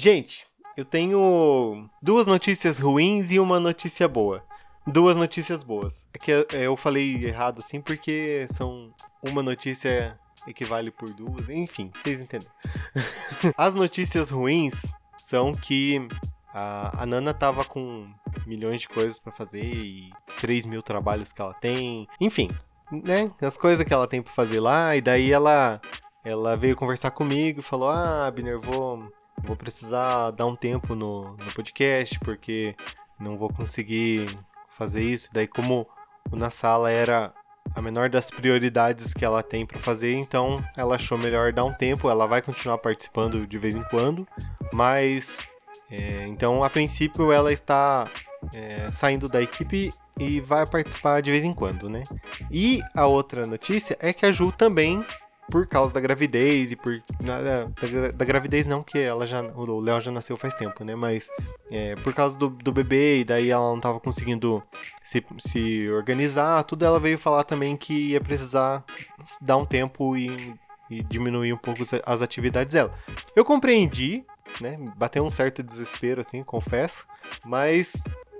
Gente, eu tenho 2 notícias ruins e uma notícia boa. 2 notícias boas. É que eu falei errado assim porque são uma notícia equivale por 2, enfim, vocês entenderam. As notícias ruins são que a Nana tava com milhões de coisas pra fazer e 3.000 trabalhos que ela tem, enfim, né, as coisas que ela tem pra fazer lá, e daí ela veio conversar comigo e falou, Abner, vou precisar dar um tempo no podcast, porque não vou conseguir fazer isso. Daí, como o Na Sala era a menor das prioridades que ela tem pra fazer, então ela achou melhor dar um tempo. Ela vai continuar participando de vez em quando, mas então a princípio ela está saindo da equipe e vai participar de vez em quando, né? E a outra notícia é que a Ju também, por causa da gravidez e da gravidez não, que o Léo já nasceu faz tempo, né? Mas por causa do bebê, e daí ela não tava conseguindo se organizar, tudo, ela veio falar também que ia precisar dar um tempo e diminuir um pouco as atividades dela. Eu compreendi, né? Bateu um certo desespero, assim, confesso, mas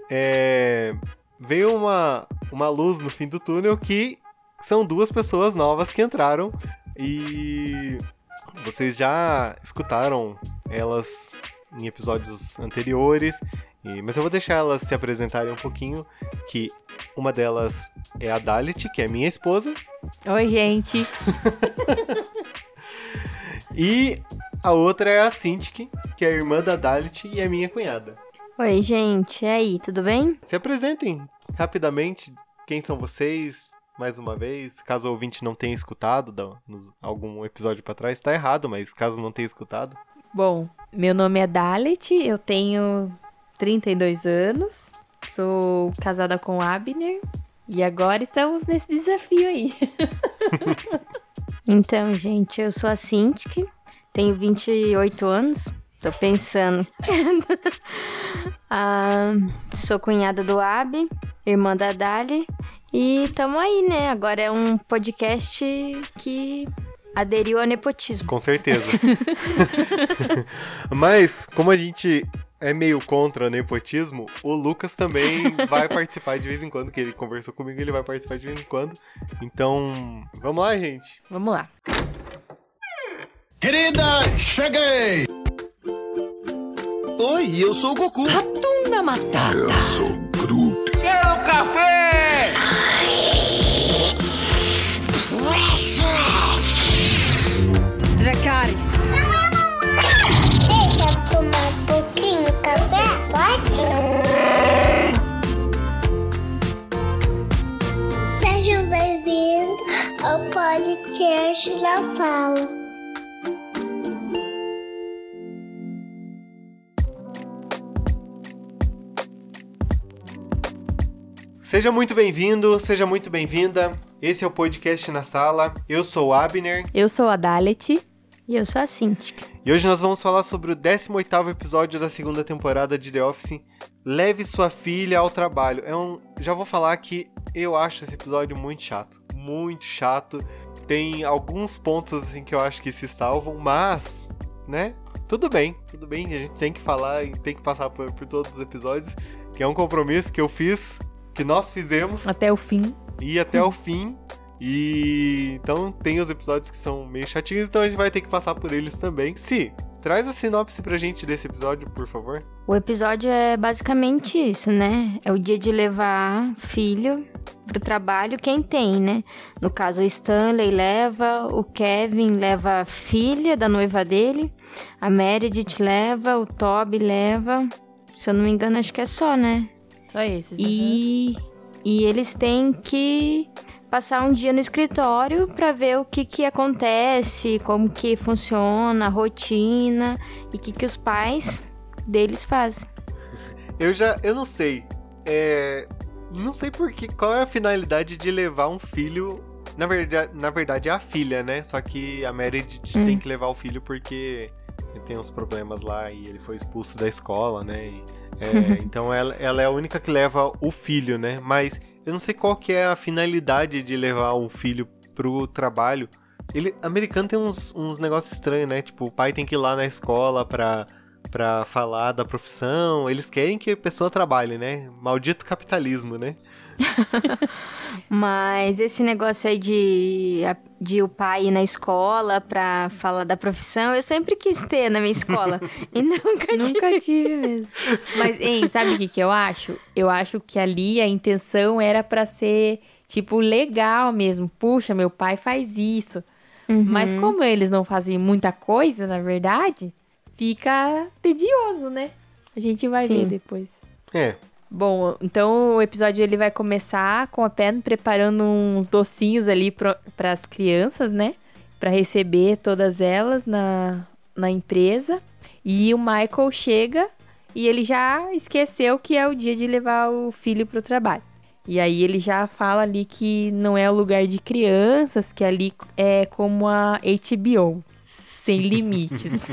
veio uma luz no fim do túnel, que são 2 pessoas novas que entraram. E vocês já escutaram elas em episódios anteriores, mas eu vou deixar elas se apresentarem um pouquinho, que uma delas é a Dalit, que é minha esposa. Oi, gente. E a outra é a Cintiq, que é a irmã da Dalit e é minha cunhada. Oi, gente. E aí, tudo bem? Se apresentem rapidamente, quem são vocês? Mais uma vez, caso o ouvinte não tenha escutado algum episódio pra trás, tá errado, mas caso não tenha escutado. Bom, meu nome é Dalit, eu tenho 32 anos, sou casada com o Abner e agora estamos nesse desafio aí. Então, gente, eu sou a Cintiq, tenho 28 anos, tô pensando. Sou cunhada do Ab, irmã da Dali. E tamo aí, né? Agora é um podcast que aderiu ao nepotismo. Com certeza. Mas, como a gente é meio contra o nepotismo, o Lucas também vai participar de vez em quando, que ele conversou comigo, ele vai participar de vez em quando. Então, vamos lá, gente? Vamos lá. Querida, cheguei! Oi, eu sou o Goku. Ratunda Matata. Eu sou Groot. Quero café! Dracarys. Deixa eu tomar um pouquinho de café, pode? Sejam bem-vindos ao podcast da Fala. Seja muito bem-vindo, seja muito bem-vinda. Esse é o podcast Na Sala. Eu sou o Abner. Eu sou a Dalit. E eu sou a Cintiq. E hoje nós vamos falar sobre o 18º episódio da 2ª temporada de The Office. Leve sua filha ao trabalho. Já vou falar que eu acho esse episódio muito chato. Muito chato. Tem alguns pontos assim que eu acho que se salvam, mas, né? Tudo bem. A gente tem que falar e tem que passar por todos os episódios, que é um compromisso que eu fiz, que nós fizemos. Até o fim. E até o fim. E então tem os episódios que são meio chatinhos, então a gente vai ter que passar por eles também. Traz a sinopse pra gente desse episódio, por favor. O episódio é basicamente isso, né? É o dia de levar filho pro trabalho, quem tem, né? No caso, o Stanley leva, o Kevin leva a filha da noiva dele, a Meredith leva, o Toby leva. Se eu não me engano, acho que é só, né? Só esses. E eles têm que passar um dia no escritório para ver o que acontece, como que funciona a rotina e o que os pais deles fazem. Eu não sei. Não sei qual é a finalidade de levar um filho. Na verdade é a filha, né? Só que a Meredith tem que levar o filho porque ele tem uns problemas lá e ele foi expulso da escola, né? Então ela é a única que leva o filho, né? Mas eu não sei qual que é a finalidade de levar um filho pro trabalho. Americano tem uns negócios estranhos, né? Tipo, o pai tem que ir lá na escola pra pra falar da profissão. Eles querem que a pessoa trabalhe, né? Maldito capitalismo, né? Mas esse negócio aí de o pai ir na escola pra falar da profissão, eu sempre quis ter na minha escola. E nunca tive. Nunca tive mesmo. Mas, hein, sabe o que eu acho? Eu acho que ali a intenção era pra ser, tipo, legal mesmo. Puxa, meu pai faz isso. Mas como eles não fazem muita coisa, na verdade, fica tedioso, né? A gente vai ver depois. É. Bom, então o episódio ele vai começar com a Pen preparando uns docinhos ali para as crianças, né? Para receber todas elas na empresa. E o Michael chega e ele já esqueceu que é o dia de levar o filho pro trabalho. E aí ele já fala ali que não é o lugar de crianças, que ali é como a HBO, sem limites.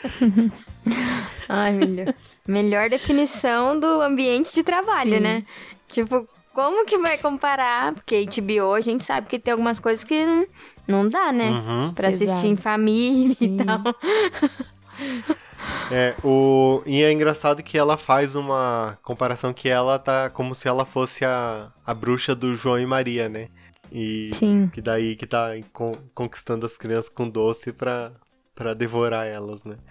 Ai, melhor definição do ambiente de trabalho, né? Tipo, como que vai comparar? Porque HBO, a gente sabe que tem algumas coisas que não dá, né? Pra assistir em família e tal. E é engraçado que ela faz uma comparação que ela tá como se ela fosse a bruxa do João e Maria, né? E que daí que tá conquistando as crianças com doce pra devorar elas, né?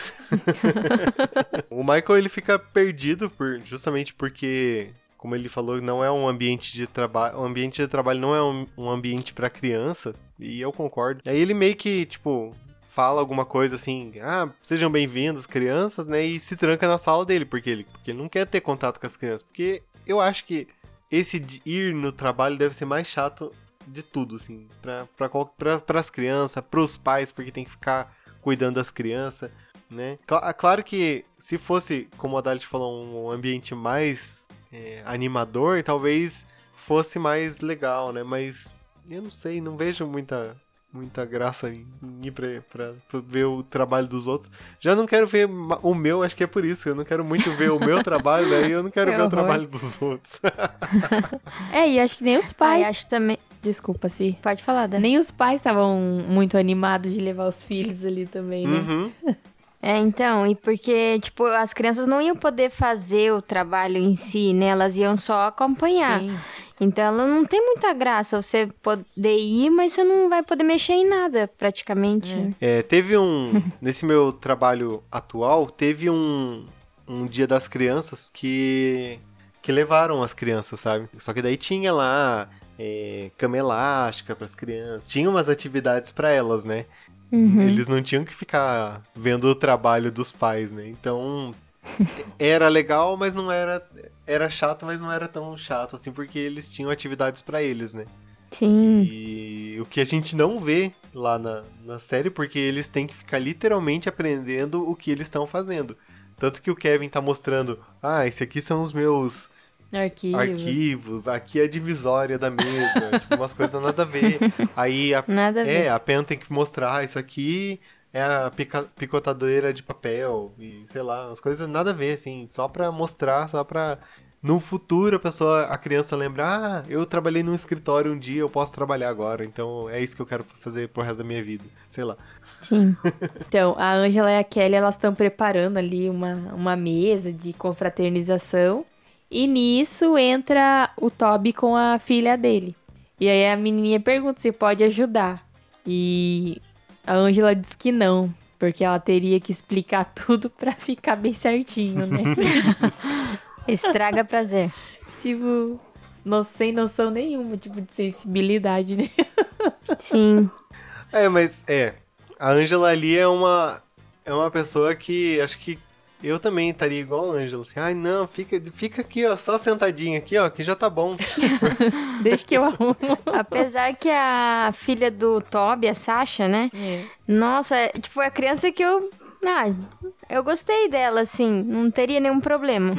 O Michael, ele fica perdido justamente porque, como ele falou, não é um ambiente de trabalho. O ambiente de trabalho não é um ambiente pra criança, e eu concordo. Aí ele meio que, tipo, fala alguma coisa assim, sejam bem-vindos, crianças, né? E se tranca na sala dele, porque ele não quer ter contato com as crianças. Porque eu acho que esse de ir no trabalho deve ser mais chato de tudo, assim, pras crianças, pros pais, porque tem que ficar cuidando das crianças, né? Claro que se fosse, como a Dalit falou, um ambiente mais animador, talvez fosse mais legal, né? Mas eu não sei, não vejo muita graça em ir pra ver o trabalho dos outros. Já não quero ver o meu, acho que é por isso. Eu não quero muito ver o meu trabalho, daí eu não quero ver o trabalho dos outros. E acho que nem os pais... acho também... Desculpa, Si. Pode falar, Dan. Nem os pais estavam muito animados de levar os filhos ali também, né? Então, e porque, tipo, as crianças não iam poder fazer o trabalho em si, né? Elas iam só acompanhar. Sim. Então, ela não tem muita graça você poder ir, mas você não vai poder mexer em nada, praticamente. Teve nesse meu trabalho atual, teve um dia das crianças que levaram as crianças, sabe? Só que daí tinha lá cama elástica pras crianças, tinha umas atividades pra elas, né? Eles não tinham que ficar vendo o trabalho dos pais, né? Então, era legal, mas não era... Era chato, mas não era tão chato, assim, porque eles tinham atividades pra eles, né? Sim. E o que a gente não vê lá na série, porque eles têm que ficar literalmente aprendendo o que eles estão fazendo. Tanto que o Kevin tá mostrando, esse aqui são os meus arquivos, aqui é a divisória da mesa, tipo, umas coisas nada a ver. Aí Nada a ver. A Pen tem que mostrar, isso aqui é a picotadeira de papel, e sei lá, umas coisas nada a ver, assim, só pra mostrar, só pra no futuro a criança lembrar, eu trabalhei num escritório um dia, eu posso trabalhar agora, então é isso que eu quero fazer pro resto da minha vida, sei lá. Sim. Então, a Angela e a Kelly, elas estão preparando ali uma mesa de confraternização. E nisso entra o Toby com a filha dele. E aí a menininha pergunta se pode ajudar. E a Angela diz que não, porque ela teria que explicar tudo pra ficar bem certinho, né? Estraga prazer. Tipo, sem noção nenhuma, tipo, de sensibilidade, né? Sim. Mas a Angela ali é uma pessoa que acho que eu também estaria igual a Ângela, assim, não, fica aqui, ó, só sentadinha aqui, ó, que já tá bom. Deixa que eu arrumo. Apesar que a filha do Toby, a Sasha, né? Nossa, tipo, é a criança que eu gostei dela, assim, não teria nenhum problema.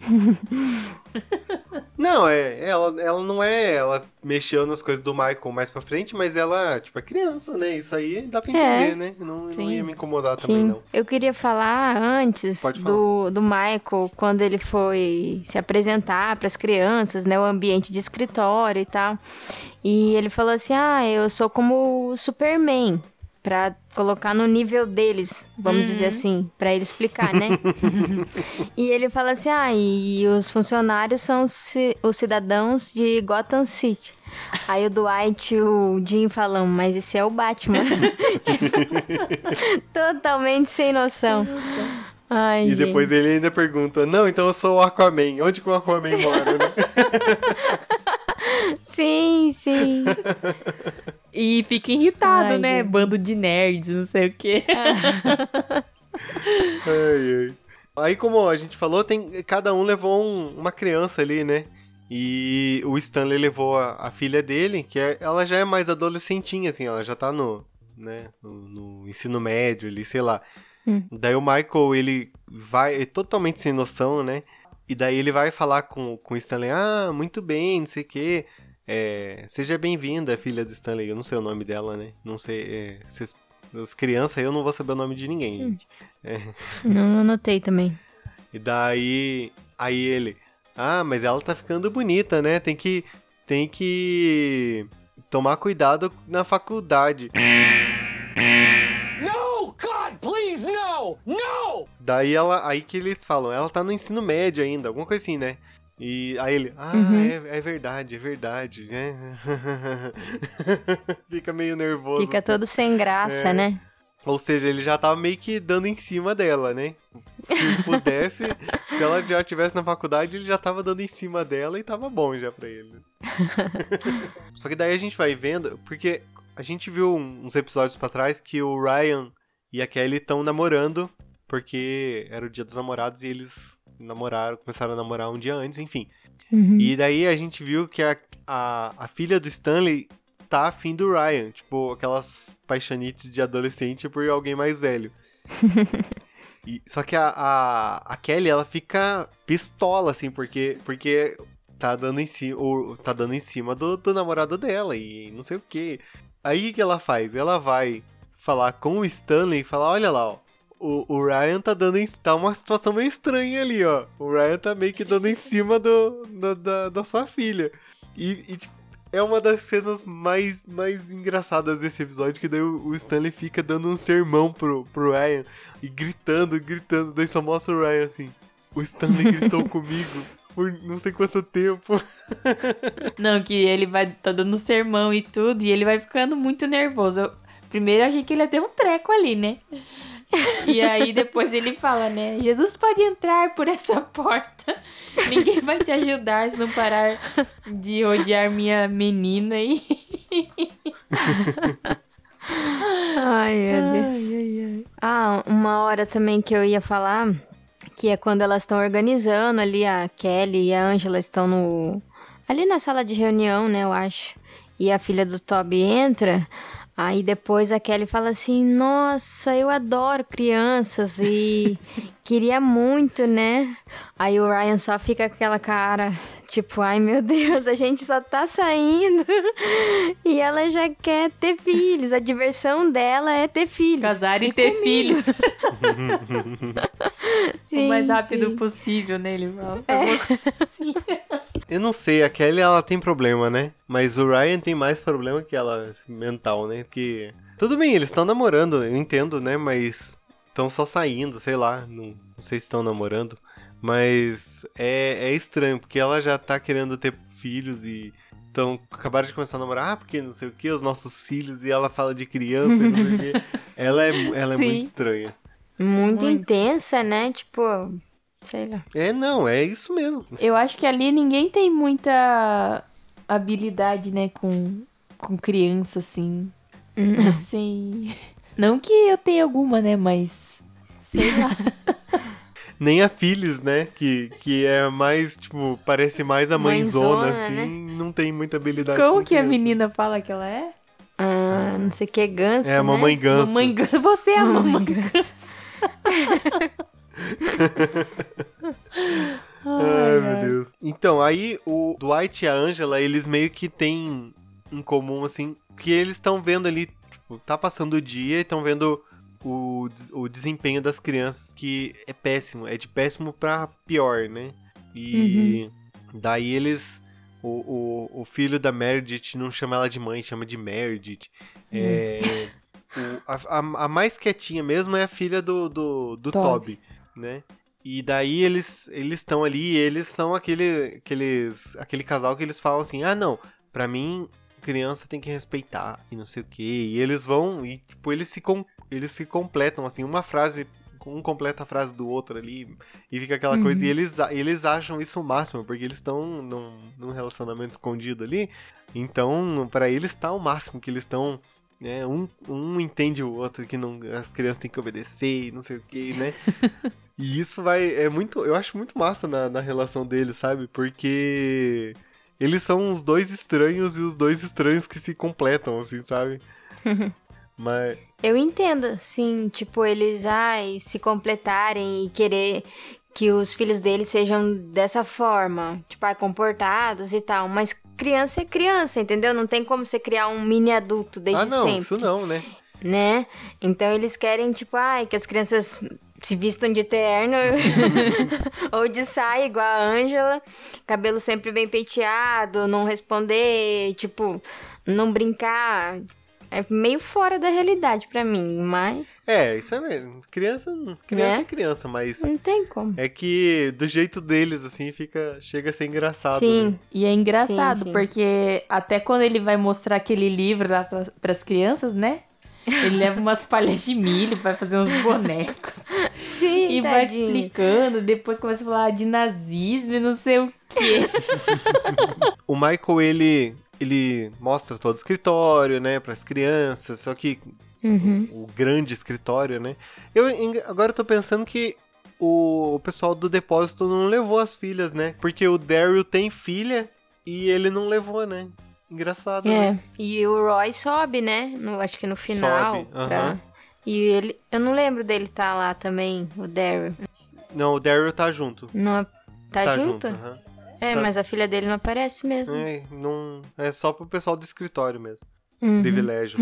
Não, ela não é, ela mexeu nas coisas do Michael mais pra frente, mas ela, tipo, é criança, né? Isso aí dá pra entender, né? Não ia me incomodar também, não. Eu queria falar antes do Michael, quando ele foi se apresentar pras crianças, né? O ambiente de escritório e tal. E ele falou assim, eu sou como o Superman. Pra colocar no nível deles, vamos dizer assim, pra ele explicar, né? E ele fala assim, e os funcionários são os cidadãos de Gotham City. Aí o Dwight e o Jim falam, mas esse é o Batman. Tipo, totalmente sem noção. Ai, E depois gente. ele ainda pergunta, não, então eu sou o Aquaman. Onde que o Aquaman mora, né? Sim. E fica irritado, Ai, né? Jesus. Bando de nerds, não sei o quê. Ai. Aí, como a gente falou, cada um levou uma criança ali, né? E o Stanley levou a filha dele, ela já é mais adolescentinha, assim, ela já tá no ensino médio ali, sei lá. Daí o Michael, ele vai totalmente sem noção, né? E daí ele vai falar com o Stanley, muito bem, não sei o quê. Seja bem-vinda, filha do Stanley. Eu não sei o nome dela, né? Não sei, as crianças, eu não vou saber o nome de ninguém, gente. Não anotei também. E daí, aí ele, mas ela tá ficando bonita, né? Tem que tomar cuidado na faculdade. No, God, please, no! No! Daí aí que eles falam, ela tá no ensino médio ainda, alguma coisa assim, né? E aí ele, é verdade, né? Fica meio nervoso. Fica assim. todo sem graça, né? Ou seja, ele já tava meio que dando em cima dela, né? Se pudesse, se ela já estivesse na faculdade, ele já tava dando em cima dela e tava bom já pra ele. Só que daí a gente vai vendo, porque a gente viu uns episódios pra trás que o Ryan e a Kelly estão namorando, porque era o dia dos namorados e eles começaram a namorar um dia antes, enfim. E daí a gente viu que a filha do Stanley tá afim do Ryan, tipo, aquelas paixonites de adolescente por alguém mais velho. Só que a Kelly, ela fica pistola, assim, porque tá dando em cima do namorado dela e não sei o quê. Aí o que ela faz? Ela vai falar com o Stanley e falar, olha lá, ó, o Ryan tá uma situação meio estranha ali, ó. O Ryan tá meio que dando em cima da sua filha. E é uma das cenas mais engraçadas desse episódio, que daí o Stanley fica dando um sermão pro Ryan e gritando, daí só mostra o Ryan assim, o Stanley gritou comigo por não sei quanto tempo. Não, que ele tá dando sermão e tudo, e ele vai ficando muito nervoso. Primeiro eu achei que ele ia ter um treco ali, né? E aí depois ele fala, né? Jesus pode entrar por essa porta. Ninguém vai te ajudar se não parar de odiar minha menina aí. Ai, meu Deus. Uma hora também que eu ia falar, que é quando elas estão organizando ali, a Kelly e a Angela estão ali na sala de reunião, né, eu acho. E a filha do Toby entra. Aí depois a Kelly fala assim, nossa, eu adoro crianças e queria muito, né? Aí o Ryan só fica com aquela cara, tipo, ai meu Deus, a gente só tá saindo e ela já quer ter filhos. A diversão dela é ter filhos. Casar e ter filhos. Sim, o mais rápido sim. possível, né? Ele fala. Alguma coisa assim. Eu não sei, a Kelly, ela tem problema, né? Mas o Ryan tem mais problema que ela, mental, né? Porque... Tudo bem, eles estão namorando, eu entendo, né? Mas estão só saindo, sei lá. Não sei se estão namorando. Mas é estranho, porque ela já tá querendo ter filhos e... Então, acabaram de começar a namorar, porque não sei o que, os nossos filhos, e ela fala de criança e não sei o que. Ela é Sim. muito estranha. Muito intensa, né? Tipo, sei lá. Não, é isso mesmo. Eu acho que ali ninguém tem muita habilidade, né, com criança, assim. Não sei. Não que eu tenha alguma, né, mas... Sei lá. Nem a Phyllis, né? Que é mais, tipo, parece mais a mãezona, Mãezona, assim. Não tem muita habilidade. Como com que a criança. menina fala que ela é? Não sei o que, ganso, É a mamãe né? ganso. Mamãe ganso. Você é a mamãe ganso. Ai, meu Deus. Então, aí o Dwight e a Angela, eles meio que têm em comum, assim, que eles estão vendo ali, tipo, tá passando o dia e estão vendo o desempenho das crianças, que é péssimo. É de péssimo pra pior, né? E daí eles... O filho da Meredith não chama ela de mãe, chama de Meredith. A mais quietinha mesmo é a filha do Toby, né? E daí eles estão ali e eles são aquele casal que eles falam assim, não, pra mim, criança tem que respeitar e não sei o quê. E eles vão, e tipo, eles se completam, assim, uma frase, um completa a frase do outro ali, e fica aquela coisa, e eles acham isso o máximo, porque eles estão num relacionamento escondido ali, então, pra eles tá o máximo que eles estão... né? Um entende o outro, que as crianças têm que obedecer e não sei o que, né? E isso eu acho muito massa na relação deles, sabe? Porque eles são os dois estranhos e os dois estranhos que se completam, assim, sabe? Mas... Eu entendo, assim, tipo, eles se completarem e querer que os filhos deles sejam dessa forma, tipo, comportados e tal, mas criança é criança, entendeu? Não tem como você criar um mini adulto desde sempre. Isso não, né? Né? Então eles querem, tipo, que as crianças se vistam de terno ou de saia, igual a Ângela, cabelo sempre bem penteado, não responder, tipo, não brincar. É meio fora da realidade pra mim, mas... Isso é mesmo. Criança é criança, mas... Não tem como. É que do jeito deles, assim, chega a ser engraçado. Sim. Né? E é engraçado, Sim. Porque até quando ele vai mostrar aquele livro lá pras crianças, né? Ele leva umas palhas de milho, vai fazer uns bonecos. Sim, e vai explicando, depois começa a falar de nazismo e não sei o quê. O Michael, ele mostra todo o escritório, né, pras crianças, só que o grande escritório, né. Agora eu tô pensando que o pessoal do depósito não levou as filhas, né, porque o Daryl tem filha e ele não levou, né. Engraçado, né? E o Roy sobe, né, acho que no final. Sobe, E eu não lembro dele tá lá também, o Daryl. Não, o Daryl tá junto. Não, tá junto? Aham. Mas a filha dele não aparece mesmo. É só pro pessoal do escritório mesmo. Privilégio.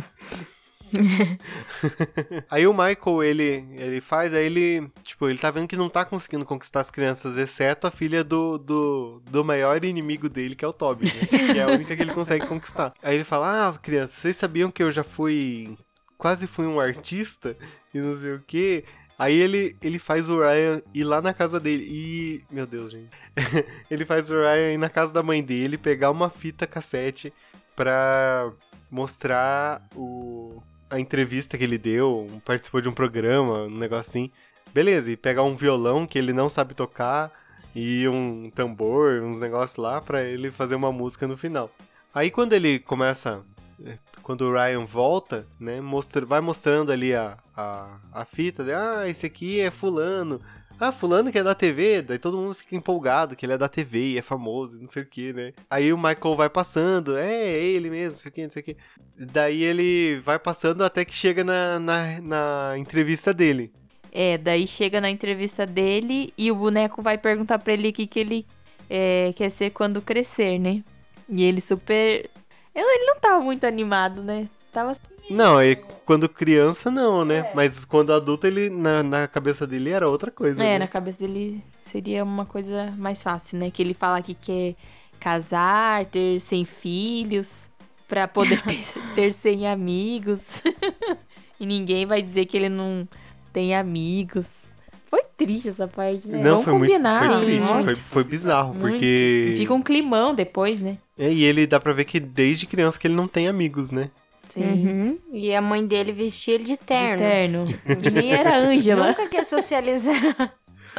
Aí o Michael, ele faz, aí ele tá vendo que não tá conseguindo conquistar as crianças, exceto a filha do maior inimigo dele, que é o Toby, né? Que é a única que ele consegue conquistar. Aí ele fala, crianças, vocês sabiam que eu já quase fui um artista? E não sei o quê... Aí ele faz o Ryan ir lá na casa dele e... Meu Deus, gente. Ele faz o Ryan ir na casa da mãe dele, pegar uma fita cassete pra mostrar a entrevista que ele deu, participou de um programa, um negócio assim. Beleza, e pegar um violão que ele não sabe tocar e um tambor, uns negócios lá pra ele fazer uma música no final. Aí quando ele começa... Quando o Ryan volta, né, vai mostrando ali a fita, esse aqui é fulano. Fulano que é da TV, daí todo mundo fica empolgado que ele é da TV e é famoso, não sei o que, né. Aí o Michael vai passando, é ele mesmo, não sei o que. Daí ele vai passando até que chega na entrevista dele. Daí chega na entrevista dele e o boneco vai perguntar pra ele o que ele quer ser quando crescer, né. E ele super... Ele não tava muito animado, né? Tava assim... Não, quando criança não, né? Mas quando adulto, ele na cabeça dele era outra coisa. Né? Na cabeça dele seria uma coisa mais fácil, né? Que ele fala que quer casar, ter 100 filhos, pra poder ter 100 amigos. E ninguém vai dizer que ele não tem amigos. Foi triste essa parte, né? Não, Vamos foi combinar. Muito, foi triste, foi bizarro, muito. Porque... Fica um climão depois, né? E ele dá pra ver que desde criança que ele não tem amigos, né? Sim. E a mãe dele vestia ele de terno. E nem era Ângela. Nunca quer socializar.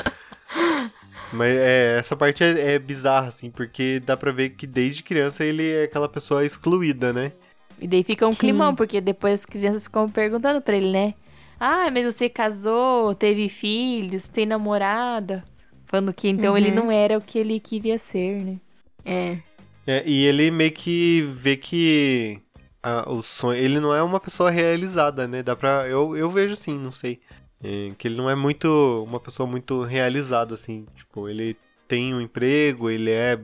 Mas essa parte é bizarra, assim, porque dá pra ver que desde criança ele é aquela pessoa excluída, né? E daí fica um climão, porque depois as crianças ficam perguntando pra ele, né? Mas você casou, teve filhos, tem namorada. Falando que então ele não era o que ele queria ser, né? E ele meio que vê que o sonho... Ele não é uma pessoa realizada, né? Eu vejo assim, não sei. Que ele não é uma pessoa muito realizada, assim. Tipo, ele tem um emprego, ele é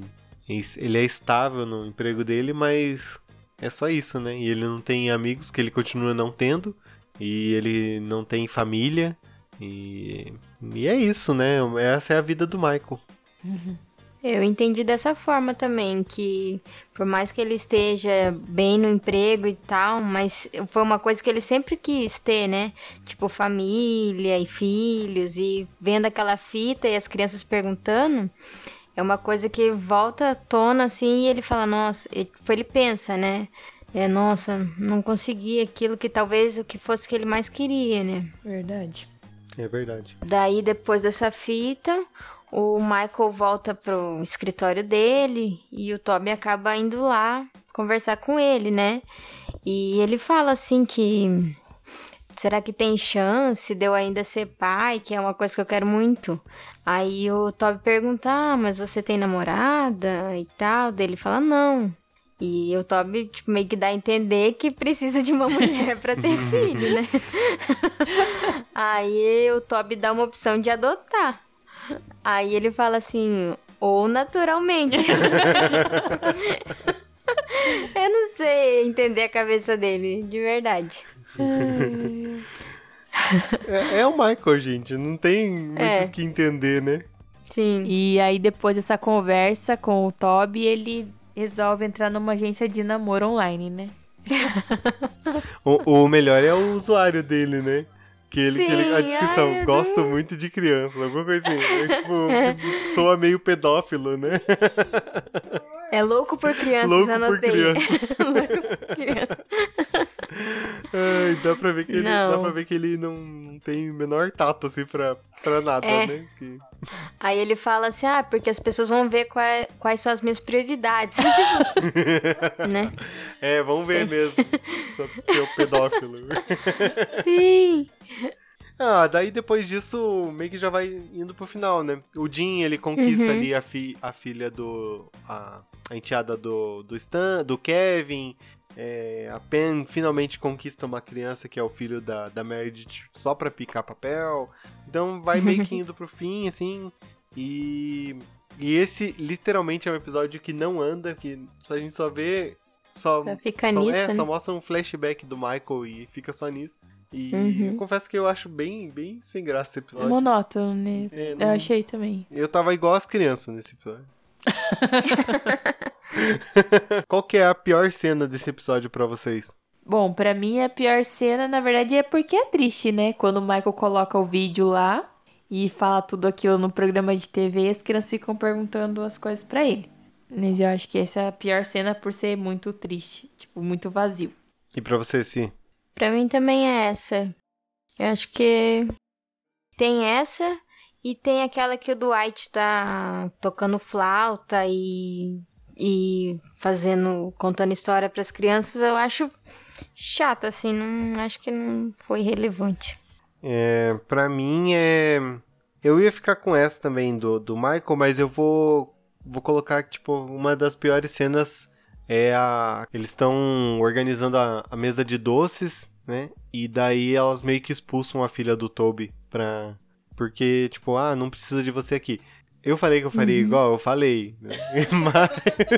estável no emprego dele, mas é só isso, né? E ele não tem amigos, que ele continua não tendo. E ele não tem família. E é isso, né? Essa é a vida do Michael. Eu entendi dessa forma também, que por mais que ele esteja bem no emprego e tal, mas foi uma coisa que ele sempre quis ter, né? Tipo, família e filhos, e vendo aquela fita e as crianças perguntando, é uma coisa que volta à tona, assim, e ele fala, nossa, ele pensa, né? Nossa, não consegui aquilo que talvez o que fosse que ele mais queria, né? Verdade. É verdade. Daí, depois dessa fita, o Michael volta pro escritório dele e o Toby acaba indo lá conversar com ele, né? E ele fala assim que... Será que tem chance de eu ainda ser pai? Que é uma coisa que eu quero muito. Aí o Toby pergunta, mas você tem namorada e tal? Daí ele fala, não. E o Toby tipo, meio que dá a entender que precisa de uma mulher pra ter filho, né? Aí o Toby dá uma opção de adotar. Aí ele fala assim, ou naturalmente. Eu não sei entender a cabeça dele, de verdade. É o Michael, gente. Não tem muito o que entender, né? Sim. E aí, depois dessa conversa com o Toby, ele resolve entrar numa agência de namoro online, né? O melhor é o usuário dele, né? Sim, A descrição, ai, meu gosto Deus. muito de crianças, alguma coisa assim. Soa meio pedófilo, né? É louco por crianças, Louco por anotei. crianças. Louco por crianças. Ai, dá pra ver que Não. ele não tem o menor tato, assim, pra nada, né? Aí ele fala assim, porque as pessoas vão ver quais são as minhas prioridades. Né? Vamos ver Sim. mesmo. Seu pedófilo. Sim. Daí depois disso, meio que já vai indo pro final, né? O Jim, ele conquista ali a filha a enteada do Stan, do Kevin. A Pen finalmente conquista uma criança que é o filho da Meredith só pra picar papel. Então vai meio que indo pro fim, assim. E esse literalmente é um episódio que não anda, que a gente só vê... Só fica nisso, né? Só mostra um flashback do Michael e fica só nisso. E eu confesso que eu acho bem sem graça esse episódio. Monótono, né? Eu achei também. Eu tava igual as crianças nesse episódio. Qual que é a pior cena desse episódio pra vocês? Bom, pra mim a pior cena, na verdade, é porque é triste, né? Quando o Michael coloca o vídeo lá e fala tudo aquilo no programa de TV, as crianças ficam perguntando as coisas pra ele. Mas eu acho que essa é a pior cena por ser muito triste, tipo, muito vazio. E pra você, Sim? Pra mim também é essa. Eu acho que tem essa e tem aquela que o Dwight tá tocando flauta e contando história pras crianças. Eu acho chata, assim, não acho que não foi relevante. Pra mim eu ia ficar com essa também do Michael, mas eu vou colocar que, tipo, uma das piores cenas eles estão organizando a mesa de doces, né? E daí elas meio que expulsam a filha do Toby porque, tipo, não precisa de você aqui. Eu falei que eu faria igual, eu falei, né? Mas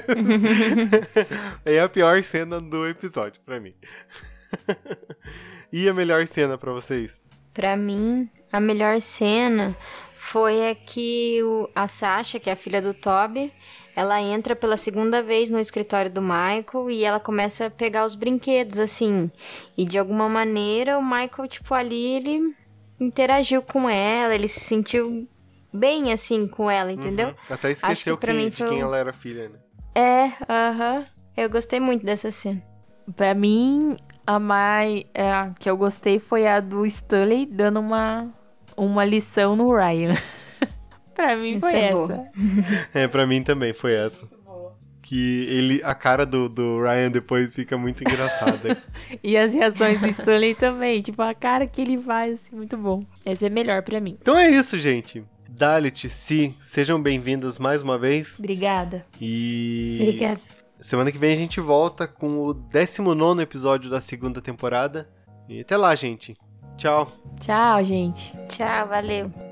é a pior cena do episódio, pra mim. E a melhor cena pra vocês? Pra mim, a melhor cena foi a que a Sasha, que é a filha do Toby, ela entra pela segunda vez no escritório do Michael e ela começa a pegar os brinquedos, assim. E de alguma maneira o Michael, tipo, ali, ele interagiu com ela, ele se sentiu bem, assim, com ela, entendeu? Até esqueceu de quem ela era filha, né? Eu gostei muito dessa cena. Pra mim, a que eu gostei foi a do Stanley dando uma lição no Ryan. Pra mim foi essa. Pra mim também foi essa. Que a cara do Ryan depois fica muito engraçada. E as reações do Stanley também, tipo, a cara que ele faz, assim, muito bom. Essa é melhor pra mim. Então é isso, gente. Dalit, Si, sejam bem-vindas mais uma vez. Obrigada. Obrigada. Semana que vem a gente volta com o 19º episódio da segunda temporada. E até lá, gente. Tchau. Tchau, gente. Tchau, valeu.